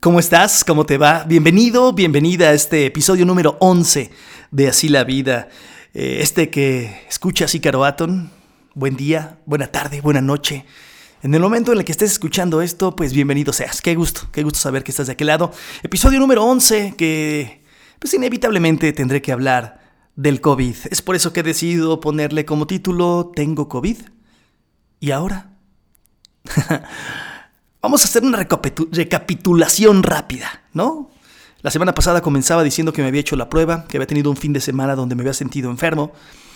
¿Cómo estás? ¿Cómo te va? Bienvenido, bienvenida a este episodio número 11 de Así la Vida. Que escuchas Ícaro Aton. Buen día, buena tarde, buena noche. En el momento en el que estés escuchando esto, pues bienvenido seas. Qué gusto saber que estás de aquel lado. Episodio número 11 que pues inevitablemente tendré que hablar del COVID. Es por eso que he decidido ponerle como título Tengo COVID. ¿Y ahora? Vamos a hacer una recapitulación rápida, ¿no? La semana pasada comenzaba diciendo que me había hecho la prueba, que había tenido un fin de semana donde me había sentido enfermo.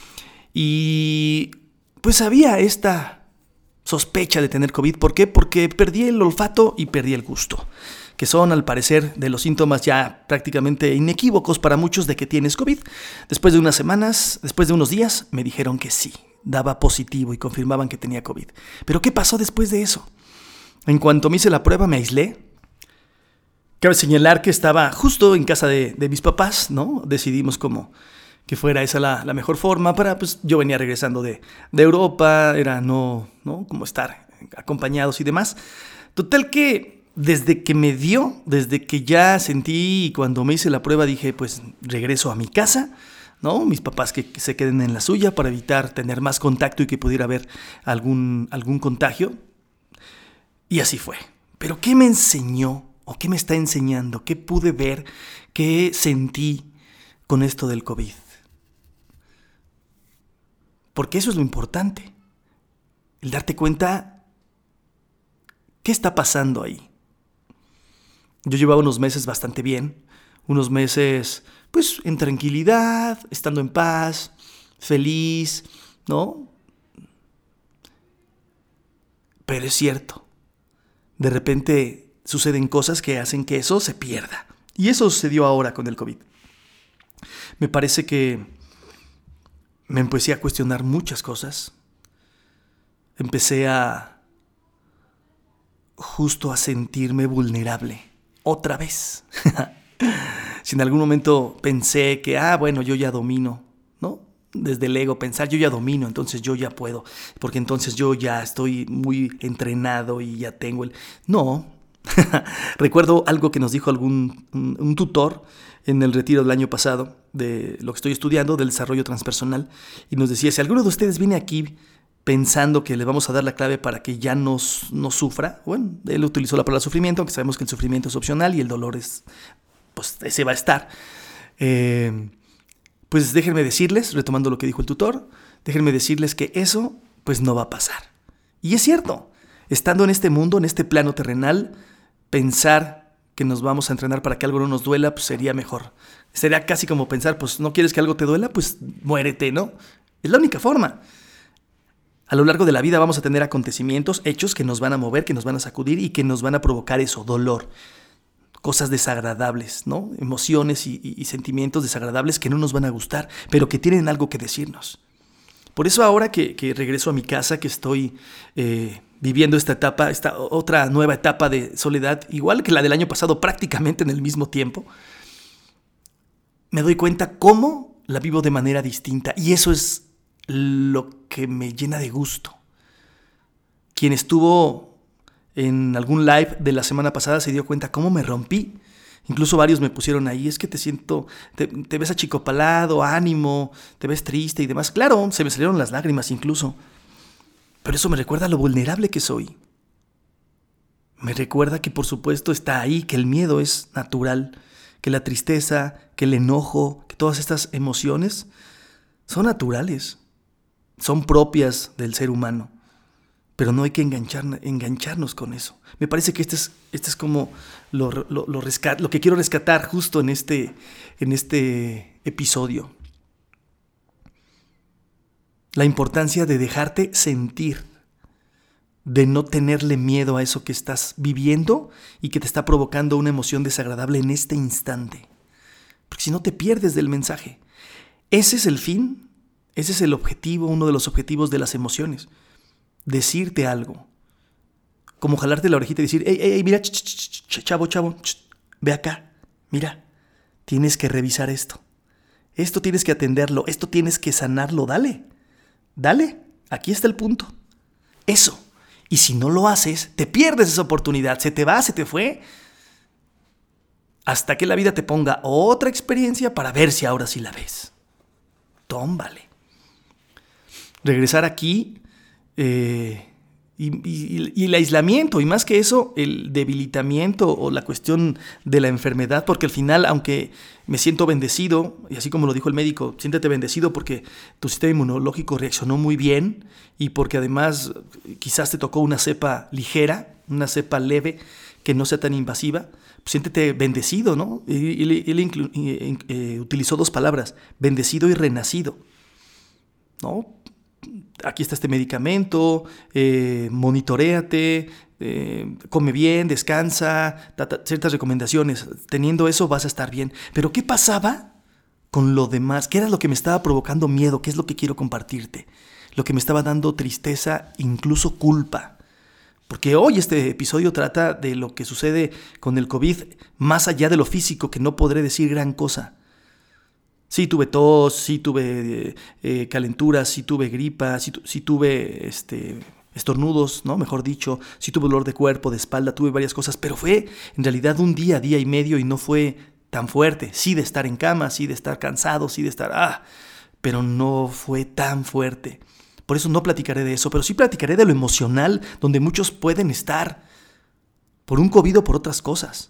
Y pues había esta sospecha de tener COVID. ¿Por qué? Porque perdí el olfato y perdí el gusto, que son al parecer de los síntomas ya prácticamente inequívocos para muchos de que tienes COVID. Después de unos días, me dijeron que sí, daba positivo y confirmaban que tenía COVID. ¿Pero qué pasó después de eso? En cuanto me hice la prueba, me aislé. Cabe señalar que estaba justo en casa de mis papás, ¿no? Decidimos como que fuera esa la mejor forma para, pues, yo venía regresando de Europa, era no como estar acompañados y demás. Total que desde que ya sentí y cuando me hice la prueba dije, pues, regreso a mi casa, ¿no? Mis papás que se queden en la suya para evitar tener más contacto y que pudiera haber algún contagio. Y así fue. Pero ¿qué me enseñó o qué me está enseñando? ¿Qué pude ver? ¿Qué sentí con esto del COVID? Porque eso es lo importante. El darte cuenta qué está pasando ahí. Yo llevaba unos meses bastante bien. Unos meses, pues, en tranquilidad, estando en paz, feliz, ¿no? Pero es cierto. De repente suceden cosas que hacen que eso se pierda. Y eso sucedió ahora con el COVID. Me parece que me empecé a cuestionar muchas cosas. Empecé a sentirme vulnerable. Otra vez. Si en algún momento pensé que, yo ya domino, ¿no? Desde el ego pensar, yo ya domino, entonces yo ya puedo, porque entonces yo ya estoy muy entrenado y ya tengo No. Recuerdo algo que nos dijo un tutor en el retiro del año pasado de lo que estoy estudiando, del desarrollo transpersonal, y nos decía, si alguno de ustedes viene aquí pensando que le vamos a dar la clave para que ya no sufra, bueno, él utilizó la palabra sufrimiento, aunque sabemos que el sufrimiento es opcional y el dolor ese va a estar. Pues déjenme decirles, retomando lo que dijo el tutor, déjenme decirles que eso pues no va a pasar. Y es cierto, estando en este mundo, en este plano terrenal, pensar que nos vamos a entrenar para que algo no nos duela, pues sería mejor. Sería casi como pensar, pues no quieres que algo te duela, pues muérete, ¿no? Es la única forma. A lo largo de la vida vamos a tener acontecimientos, hechos que nos van a mover, que nos van a sacudir y que nos van a provocar eso, dolor. Cosas desagradables, ¿no? Emociones y sentimientos desagradables que no nos van a gustar, pero que tienen algo que decirnos. Por eso ahora que regreso a mi casa, que estoy viviendo esta otra nueva etapa de soledad, igual que la del año pasado, prácticamente en el mismo tiempo, me doy cuenta cómo la vivo de manera distinta. Y eso es lo que me llena de gusto. Quien estuvo en algún live de la semana pasada se dio cuenta cómo me rompí. Incluso varios me pusieron ahí, es que te ves achicopalado, ánimo, te ves triste y demás. Claro, se me salieron las lágrimas incluso. Pero eso me recuerda lo vulnerable que soy. Me recuerda que por supuesto está ahí, que el miedo es natural, que la tristeza, que el enojo, que todas estas emociones son naturales, son propias del ser humano. Pero no hay que engancharnos con eso. Me parece que este es como lo que quiero rescatar justo en este episodio. La importancia de dejarte sentir, de no tenerle miedo a eso que estás viviendo y que te está provocando una emoción desagradable en este instante. Porque si no te pierdes del mensaje. Ese es el fin, ese es el objetivo, uno de los objetivos de las emociones. Decirte algo, como jalarte la orejita y decir, hey, mira, chavo, ve acá, mira, tienes que revisar esto tienes que atenderlo, esto tienes que sanarlo, dale, aquí está el punto, eso, y si no lo haces, te pierdes esa oportunidad, se te va, se te fue, hasta que la vida te ponga otra experiencia para ver si ahora sí la ves. Tómbale. Regresar aquí y el aislamiento, y más que eso, el debilitamiento o la cuestión de la enfermedad, porque al final, aunque me siento bendecido, y así como lo dijo el médico, siéntete bendecido porque tu sistema inmunológico reaccionó muy bien y porque además quizás te tocó una cepa ligera, una cepa leve, que no sea tan invasiva, pues siéntete bendecido, ¿no? Él utilizó 2 palabras, bendecido y renacido, ¿no? Aquí está este medicamento, monitoréate, come bien, descansa, ciertas recomendaciones. Teniendo eso vas a estar bien. Pero ¿qué pasaba con lo demás? ¿Qué era lo que me estaba provocando miedo? ¿Qué es lo que quiero compartirte? Lo que me estaba dando tristeza, incluso culpa. Porque hoy este episodio trata de lo que sucede con el COVID, más allá de lo físico, que no podré decir gran cosa. Sí tuve tos, sí tuve calenturas, sí tuve gripa, sí tuve estornudos, ¿no? Mejor dicho, sí tuve dolor de cuerpo, de espalda, tuve varias cosas, pero fue en realidad un día y medio y no fue tan fuerte. Sí de estar en cama, sí de estar cansado, sí de estar... pero no fue tan fuerte. Por eso no platicaré de eso, pero sí platicaré de lo emocional, donde muchos pueden estar por un COVID o por otras cosas.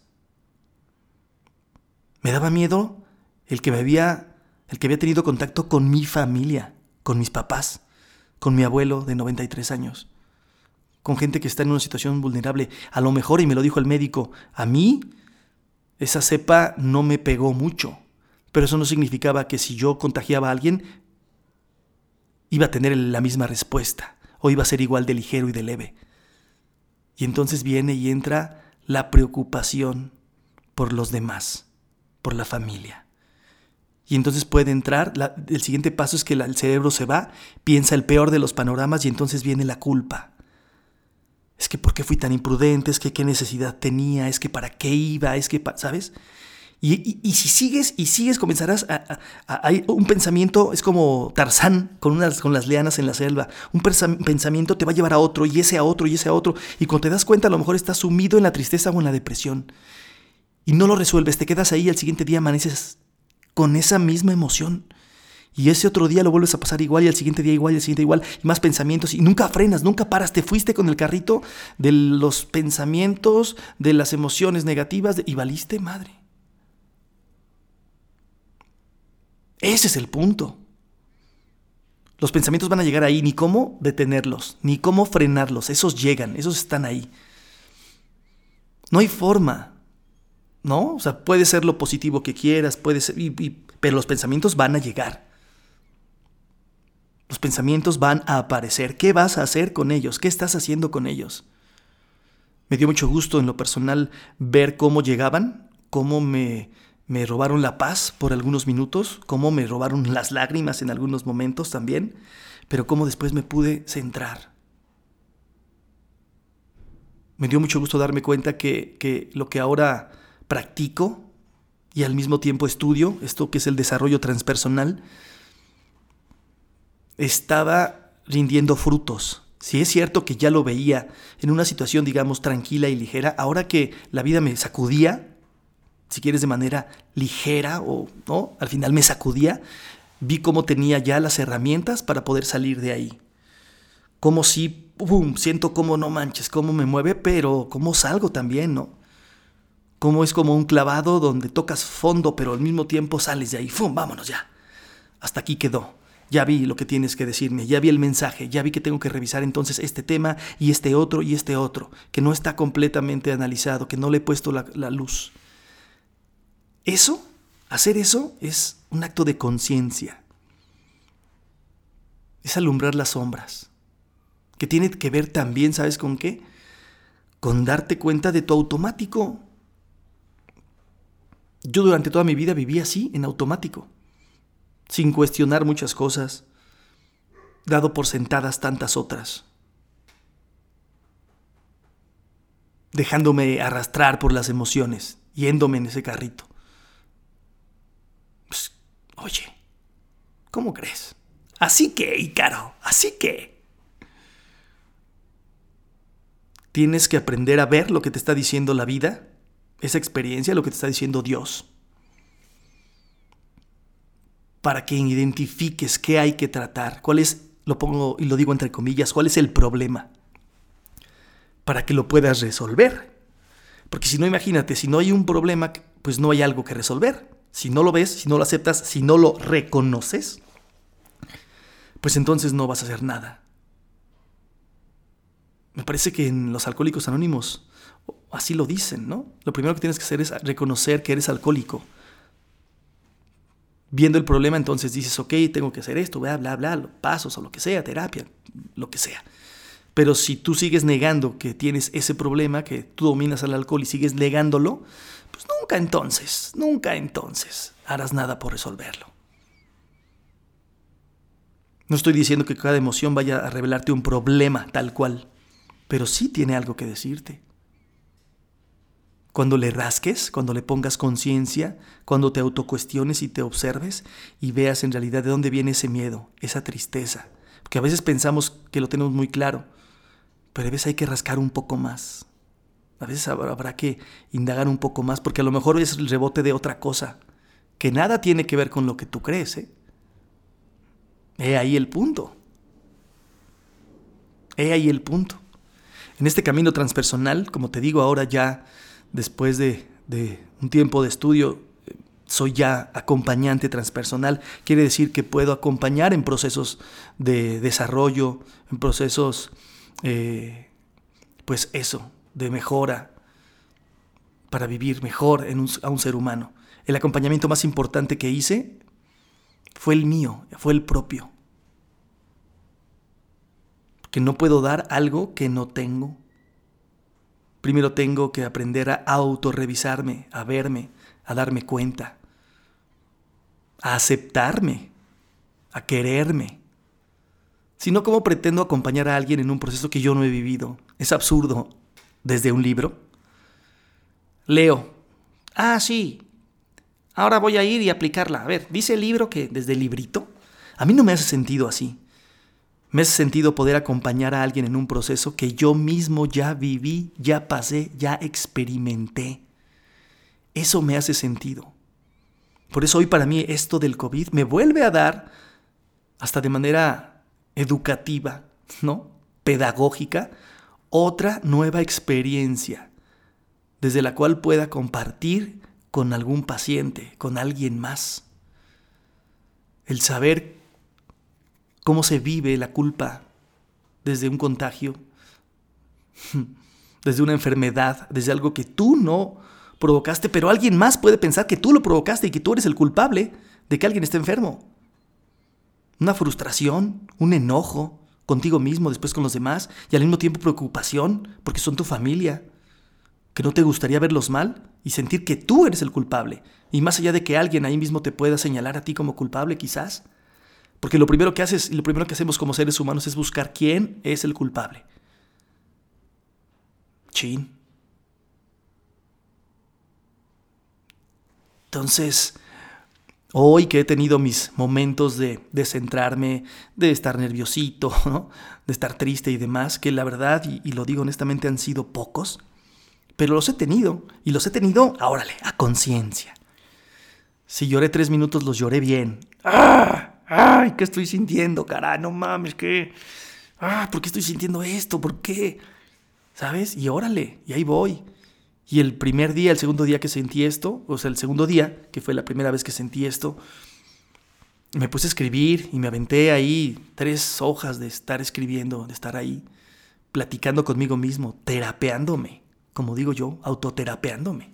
Me daba miedo el que había tenido contacto con mi familia, con mis papás, con mi abuelo de 93 años, con gente que está en una situación vulnerable. A lo mejor, y me lo dijo el médico, a mí esa cepa no me pegó mucho, pero eso no significaba que si yo contagiaba a alguien, iba a tener la misma respuesta, o iba a ser igual de ligero y de leve. Y entonces viene y entra la preocupación por los demás, por la familia. Y entonces puede entrar, el siguiente paso es que el cerebro se va, piensa el peor de los panoramas y entonces viene la culpa. Es que ¿por qué fui tan imprudente? Es que ¿qué necesidad tenía? Es que ¿para qué iba? Es que, ¿sabes? Y si sigues, comenzarás hay un pensamiento, es como Tarzán con las lianas en la selva. Un pensamiento te va a llevar a otro, y ese a otro, y ese a otro. Y cuando te das cuenta, a lo mejor estás sumido en la tristeza o en la depresión. Y no lo resuelves, te quedas ahí y al siguiente día amaneces con esa misma emoción. Y ese otro día lo vuelves a pasar igual, y al siguiente día igual, y al siguiente igual, y más pensamientos, y nunca frenas, nunca paras, te fuiste con el carrito de los pensamientos, de las emociones negativas, y valiste madre. Ese es el punto. Los pensamientos van a llegar ahí, ni cómo detenerlos, ni cómo frenarlos, esos llegan, esos están ahí. No hay forma, ¿no? O sea, puede ser lo positivo que quieras, puede ser, pero los pensamientos van a llegar. Los pensamientos van a aparecer. ¿Qué vas a hacer con ellos? ¿Qué estás haciendo con ellos? Me dio mucho gusto en lo personal ver cómo llegaban, cómo me robaron la paz por algunos minutos, cómo me robaron las lágrimas en algunos momentos también, pero cómo después me pude centrar. Me dio mucho gusto darme cuenta que lo que ahora practico y al mismo tiempo estudio, esto que es el desarrollo transpersonal, estaba rindiendo frutos. Si es cierto que ya lo veía en una situación, digamos, tranquila y ligera, ahora que la vida me sacudía, si quieres de manera ligera o no, al final me sacudía, vi cómo tenía ya las herramientas para poder salir de ahí. Como si, siento cómo no manches, cómo me mueve, pero cómo salgo también, ¿no? Cómo es como un clavado donde tocas fondo, pero al mismo tiempo sales de ahí, ¡fum! Vámonos ya. Hasta aquí quedó. Ya vi lo que tienes que decirme, ya vi el mensaje, ya vi que tengo que revisar entonces este tema y este otro, que no está completamente analizado, que no le he puesto la luz. Hacer eso es un acto de conciencia. Es alumbrar las sombras, que tiene que ver también, ¿sabes con qué? Con darte cuenta de tu automático. Yo durante toda mi vida viví así, en automático, sin cuestionar muchas cosas, dado por sentadas tantas otras, dejándome arrastrar por las emociones, yéndome en ese carrito. Pues, oye, ¿cómo crees? Así que, Ícaro, así que. Tienes que aprender a ver lo que te está diciendo la vida esa experiencia, lo que te está diciendo Dios, para que identifiques qué hay que tratar, cuál es, lo pongo y lo digo entre comillas, cuál es el problema, para que lo puedas resolver. Porque si no, imagínate, si no hay un problema, pues no hay algo que resolver. Si no lo ves, si no lo aceptas, si no lo reconoces, pues entonces no vas a hacer nada. Me parece que en los Alcohólicos Anónimos así lo dicen, ¿no? Lo primero que tienes que hacer es reconocer que eres alcohólico. Viendo el problema, entonces dices, ok, tengo que hacer esto, bla, bla, bla, pasos o lo que sea, terapia, lo que sea. Pero si tú sigues negando que tienes ese problema, que tú dominas al alcohol y sigues negándolo, pues nunca entonces harás nada por resolverlo. No estoy diciendo que cada emoción vaya a revelarte un problema tal cual, pero sí tiene algo que decirte. Cuando le rasques, cuando le pongas conciencia, cuando te autocuestiones y te observes y veas en realidad de dónde viene ese miedo, esa tristeza. Porque a veces pensamos que lo tenemos muy claro, pero a veces hay que rascar un poco más. A veces habrá que indagar un poco más, porque a lo mejor es el rebote de otra cosa, que nada tiene que ver con lo que tú crees, ¿eh? He ahí el punto. En este camino transpersonal, como te digo ahora ya, después de un tiempo de estudio, soy ya acompañante transpersonal. Quiere decir que puedo acompañar en procesos de desarrollo, en procesos, pues eso, de mejora, para vivir mejor a un ser humano. El acompañamiento más importante que hice fue el mío, fue el propio. Que no puedo dar algo que no tengo. Primero tengo que aprender a autorrevisarme, a verme, a darme cuenta, a aceptarme, a quererme. Si no, ¿cómo pretendo acompañar a alguien en un proceso que yo no he vivido? Es absurdo. Desde un libro. Leo. Ah, sí. Ahora voy a ir y aplicarla. A ver, dice el libro que desde el librito. A mí no me hace sentido así. Me hace sentido poder acompañar a alguien en un proceso que yo mismo ya viví, ya pasé, ya experimenté. Eso me hace sentido. Por eso hoy para mí esto del COVID me vuelve a dar, hasta de manera educativa, ¿no? Pedagógica, otra nueva experiencia desde la cual pueda compartir con algún paciente, con alguien más. El saber cómo se vive la culpa desde un contagio, desde una enfermedad, desde algo que tú no provocaste, pero alguien más puede pensar que tú lo provocaste y que tú eres el culpable de que alguien esté enfermo. Una frustración, un enojo contigo mismo, después con los demás, y al mismo tiempo preocupación porque son tu familia, que no te gustaría verlos mal y sentir que tú eres el culpable. Y más allá de que alguien ahí mismo te pueda señalar a ti como culpable, quizás. Porque lo primero que haces y lo primero que hacemos como seres humanos es buscar quién es el culpable. Chin. Entonces, hoy que he tenido mis momentos de centrarme, de estar nerviosito, ¿no? De estar triste y demás, que la verdad, y lo digo honestamente, han sido pocos, pero los he tenido, y los he tenido, órale, a conciencia. Si lloré 3 minutos, los lloré bien. ¡Ah! ¡Ay! ¿Qué estoy sintiendo, caray? No mames, ¿qué? ¿Por qué estoy sintiendo esto? ¿Por qué? ¿Sabes? Y órale, y ahí voy. Y el primer día, el segundo día que sentí esto, o sea, el segundo día, que fue la primera vez que sentí esto, me puse a escribir y me aventé ahí 3 hojas de estar escribiendo, de estar ahí, platicando conmigo mismo, terapeándome, como digo yo, autoterapeándome.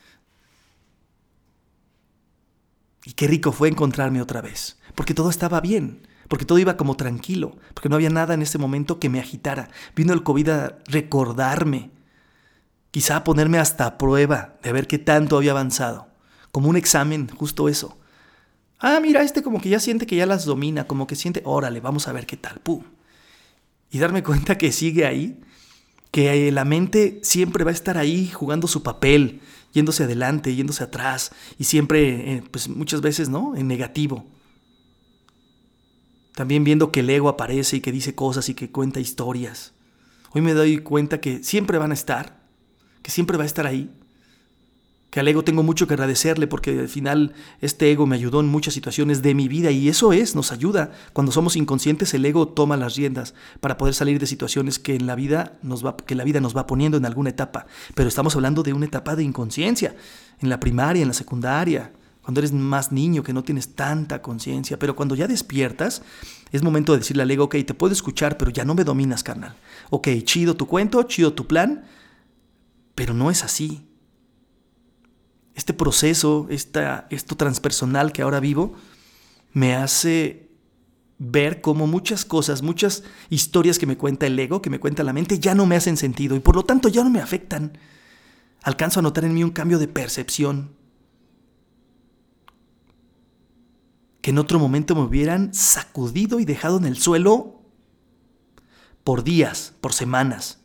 Y qué rico fue encontrarme otra vez, porque todo estaba bien, porque todo iba como tranquilo, porque no había nada en ese momento que me agitara. Vino el COVID a recordarme, quizá a ponerme hasta a prueba de ver qué tanto había avanzado, como un examen, justo eso. Mira, como que ya siente que ya las domina, como que siente, órale, vamos a ver qué tal, pum. Y darme cuenta que sigue ahí, que la mente siempre va a estar ahí jugando su papel, yéndose adelante, yéndose atrás, y siempre, pues muchas veces, ¿no?, en negativo. También viendo que el ego aparece y que dice cosas y que cuenta historias. Hoy me doy cuenta que siempre van a estar, que siempre va a estar ahí, que al ego tengo mucho que agradecerle porque al final este ego me ayudó en muchas situaciones de mi vida y eso nos ayuda. Cuando somos inconscientes el ego toma las riendas para poder salir de situaciones que la vida nos va poniendo en alguna etapa. Pero estamos hablando de una etapa de inconsciencia, en la primaria, en la secundaria, cuando eres más niño que no tienes tanta conciencia. Pero cuando ya despiertas es momento de decirle al ego, ok, te puedo escuchar pero ya no me dominas, carnal. Ok, chido tu cuento, chido tu plan, pero no es así. Este proceso, esto transpersonal que ahora vivo, me hace ver cómo muchas cosas, muchas historias que me cuenta el ego, que me cuenta la mente, ya no me hacen sentido y por lo tanto ya no me afectan. Alcanzo a notar en mí un cambio de percepción que en otro momento me hubieran sacudido y dejado en el suelo por días, por semanas.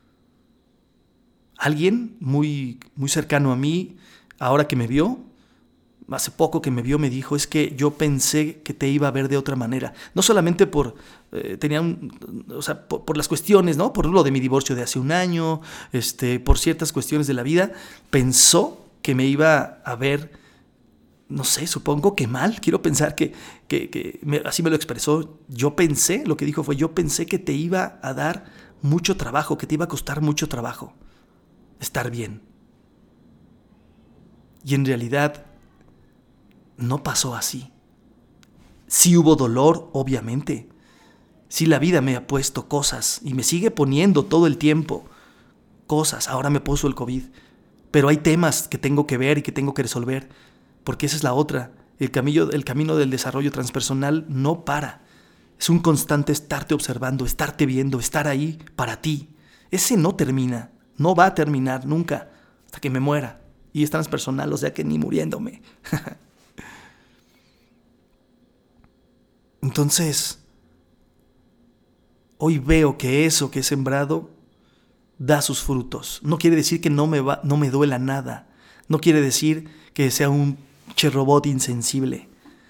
Alguien muy, muy cercano a mí, ahora que me vio, hace poco que me vio, me dijo, es que yo pensé que te iba a ver de otra manera. No solamente por las cuestiones, ¿no? Por lo de mi divorcio de hace un año, por ciertas cuestiones de la vida, pensó que me iba a ver, no sé, supongo que mal. Quiero pensar que así me lo expresó. Lo que dijo fue, yo pensé que te iba a dar mucho trabajo, que te iba a costar mucho trabajo estar bien. Y en realidad no pasó así. Sí hubo dolor, obviamente. Sí, la vida me ha puesto cosas y me sigue poniendo todo el tiempo cosas. Ahora me puso el COVID. Pero hay temas que tengo que ver y que tengo que resolver, porque esa es la otra. El camino del desarrollo transpersonal no para. Es un constante estarte observando, estarte viendo, estar ahí para ti. Ese no termina, no va a terminar nunca hasta que me muera. Y es transpersonal, o sea que ni muriéndome. Entonces, hoy veo que eso que he sembrado da sus frutos. No quiere decir que no me duela nada. No quiere decir que sea un robot insensible.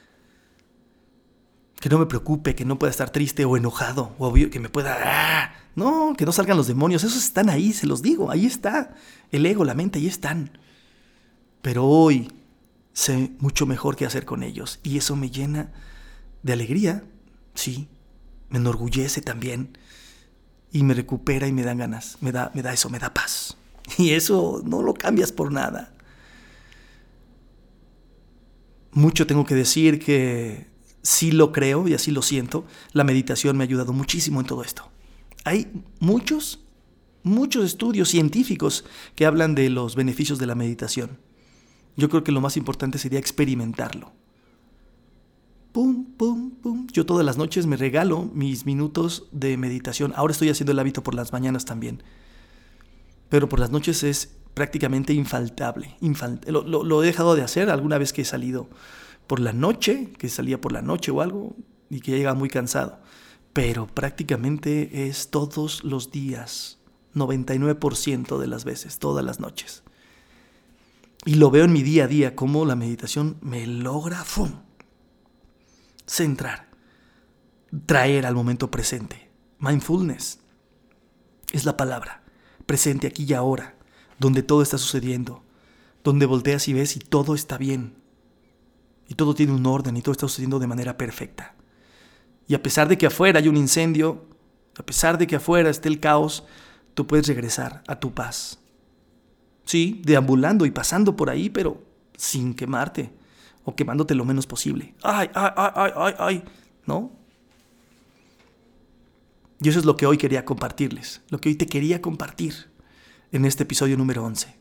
Que no me preocupe, que no pueda estar triste o enojado, o que me pueda... No, que no salgan los demonios. Esos están ahí, se los digo. Ahí está. El ego, la mente, ahí están. Pero hoy sé mucho mejor qué hacer con ellos. Y eso me llena de alegría, sí. Me enorgullece también. Y me recupera y me dan ganas. Me da eso, me da paz. Y eso no lo cambias por nada. Mucho tengo que decir que sí lo creo y así lo siento. La meditación me ha ayudado muchísimo en todo esto. Hay muchos estudios científicos que hablan de los beneficios de la meditación. Yo creo que lo más importante sería experimentarlo. Pum, pum, pum. Yo todas las noches me regalo mis minutos de meditación. Ahora estoy haciendo el hábito por las mañanas también. Pero por las noches es prácticamente infaltable. Lo he dejado de hacer alguna vez que he salido por la noche, que salía por la noche o algo, y que ya llegaba muy cansado. Pero prácticamente es todos los días, 99% de las veces, todas las noches. Y lo veo en mi día a día, cómo la meditación me logra centrar, traer al momento presente. Mindfulness es la palabra, presente aquí y ahora, donde todo está sucediendo, donde volteas y ves y todo está bien, y todo tiene un orden y todo está sucediendo de manera perfecta. Y a pesar de que afuera hay un incendio, a pesar de que afuera esté el caos, tú puedes regresar a tu paz. Sí, deambulando y pasando por ahí, pero sin quemarte o quemándote lo menos posible. ¡Ay! ¿No? Y eso es lo que hoy quería compartirles, lo que hoy te quería compartir en este episodio número 11.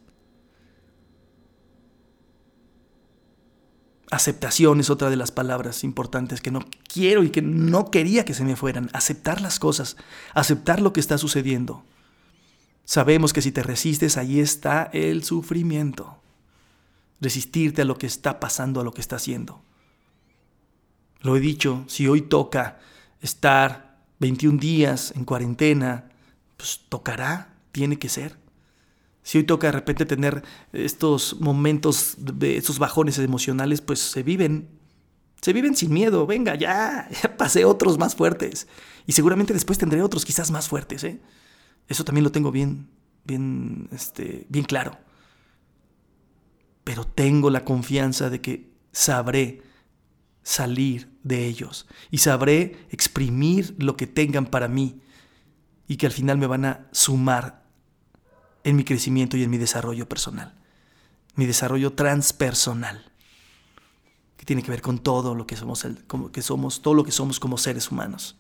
Aceptación es otra de las palabras importantes que no quiero y que no quería que se me fueran. Aceptar las cosas, aceptar lo que está sucediendo. Sabemos que si te resistes, ahí está el sufrimiento. Resistirte a lo que está pasando, a lo que está haciendo. Lo he dicho, si hoy toca estar 21 días en cuarentena, pues tocará, tiene que ser. Si hoy toca de repente tener estos momentos, estos bajones emocionales, pues se viven sin miedo. Venga, ya pasé otros más fuertes. Y seguramente después tendré otros quizás más fuertes, ¿eh? Eso también lo tengo bien claro. pero tengo la confianza de que sabré salir de ellos y sabré exprimir lo que tengan para mí y que al final me van a sumar en mi crecimiento y en mi desarrollo personal, mi desarrollo transpersonal, que tiene que ver con todo lo que somos, todo lo que somos como seres humanos.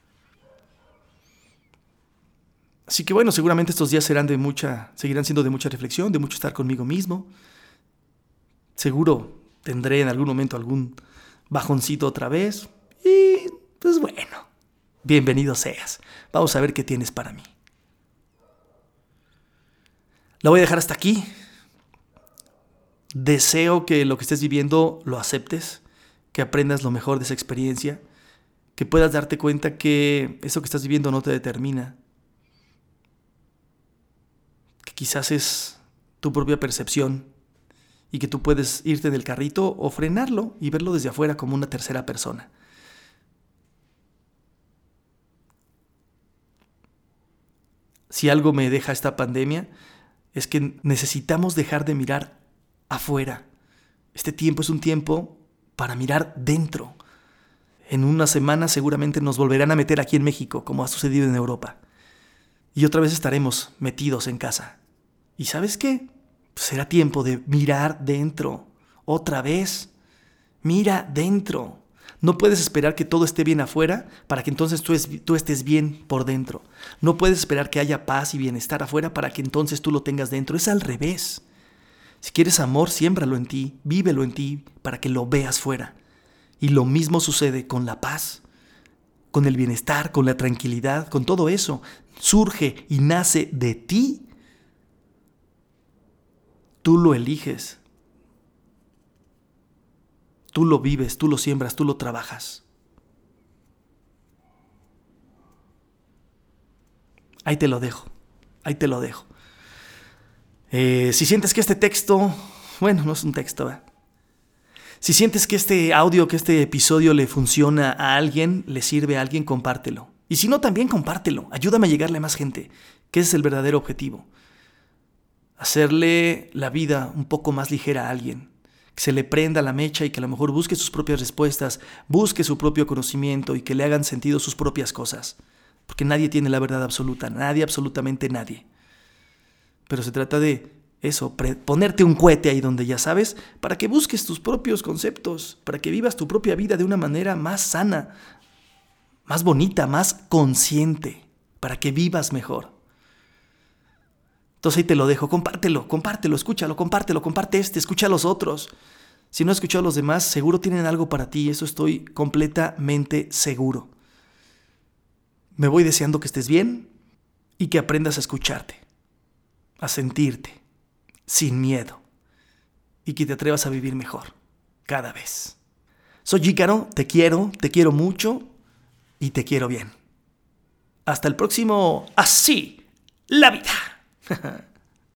Así que bueno, seguramente estos días seguirán siendo de mucha reflexión, de mucho estar conmigo mismo. Seguro tendré en algún momento algún bajoncito otra vez. Y pues bueno, bienvenido seas. Vamos a ver qué tienes para mí. La voy a dejar hasta aquí. Deseo que lo que estés viviendo lo aceptes, que aprendas lo mejor de esa experiencia, que puedas darte cuenta que eso que estás viviendo no te determina, que quizás es tu propia percepción y que tú puedes irte del carrito o frenarlo y verlo desde afuera como una tercera persona. Si algo me deja esta pandemia es que necesitamos dejar de mirar afuera. Este tiempo es un tiempo para mirar dentro. En unas semanas seguramente nos volverán a meter aquí en México, como ha sucedido en Europa. Y otra vez estaremos metidos en casa. ¿Y sabes qué? Pues será tiempo de mirar dentro. Otra vez. Mira dentro. No puedes esperar que todo esté bien afuera para que entonces tú estés bien por dentro. No puedes esperar que haya paz y bienestar afuera para que entonces tú lo tengas dentro. Es al revés. Si quieres amor, siémbralo en ti, vívelo en ti para que lo veas fuera. Y lo mismo sucede con la paz, con el bienestar, con la tranquilidad, con todo eso. Surge y nace de ti. Tú lo eliges. Tú lo vives, tú lo siembras, tú lo trabajas. Ahí te lo dejo. Si sientes que este texto, bueno, no es un texto, ¿eh? Si sientes que este audio, que este episodio le funciona a alguien, le sirve a alguien, compártelo. Y si no, también compártelo. Ayúdame a llegarle a más gente, que ese es el verdadero objetivo. Hacerle la vida un poco más ligera a alguien. Que se le prenda la mecha y que a lo mejor busque sus propias respuestas, busque su propio conocimiento y que le hagan sentido sus propias cosas. Porque nadie tiene la verdad absoluta, nadie, absolutamente nadie. Pero se trata de eso, ponerte un cohete ahí donde ya sabes, para que busques tus propios conceptos, para que vivas tu propia vida de una manera más sana, más bonita, más consciente, para que vivas mejor. Entonces ahí te lo dejo, compártelo, escúchalo, comparte escucha a los otros. Si no has escuchado a los demás, seguro tienen algo para ti, eso estoy completamente seguro. Me voy deseando que estés bien y que aprendas a escucharte, a sentirte, sin miedo, y que te atrevas a vivir mejor, cada vez. Soy Jícaro, te quiero mucho y te quiero bien. Hasta el próximo Así la vida.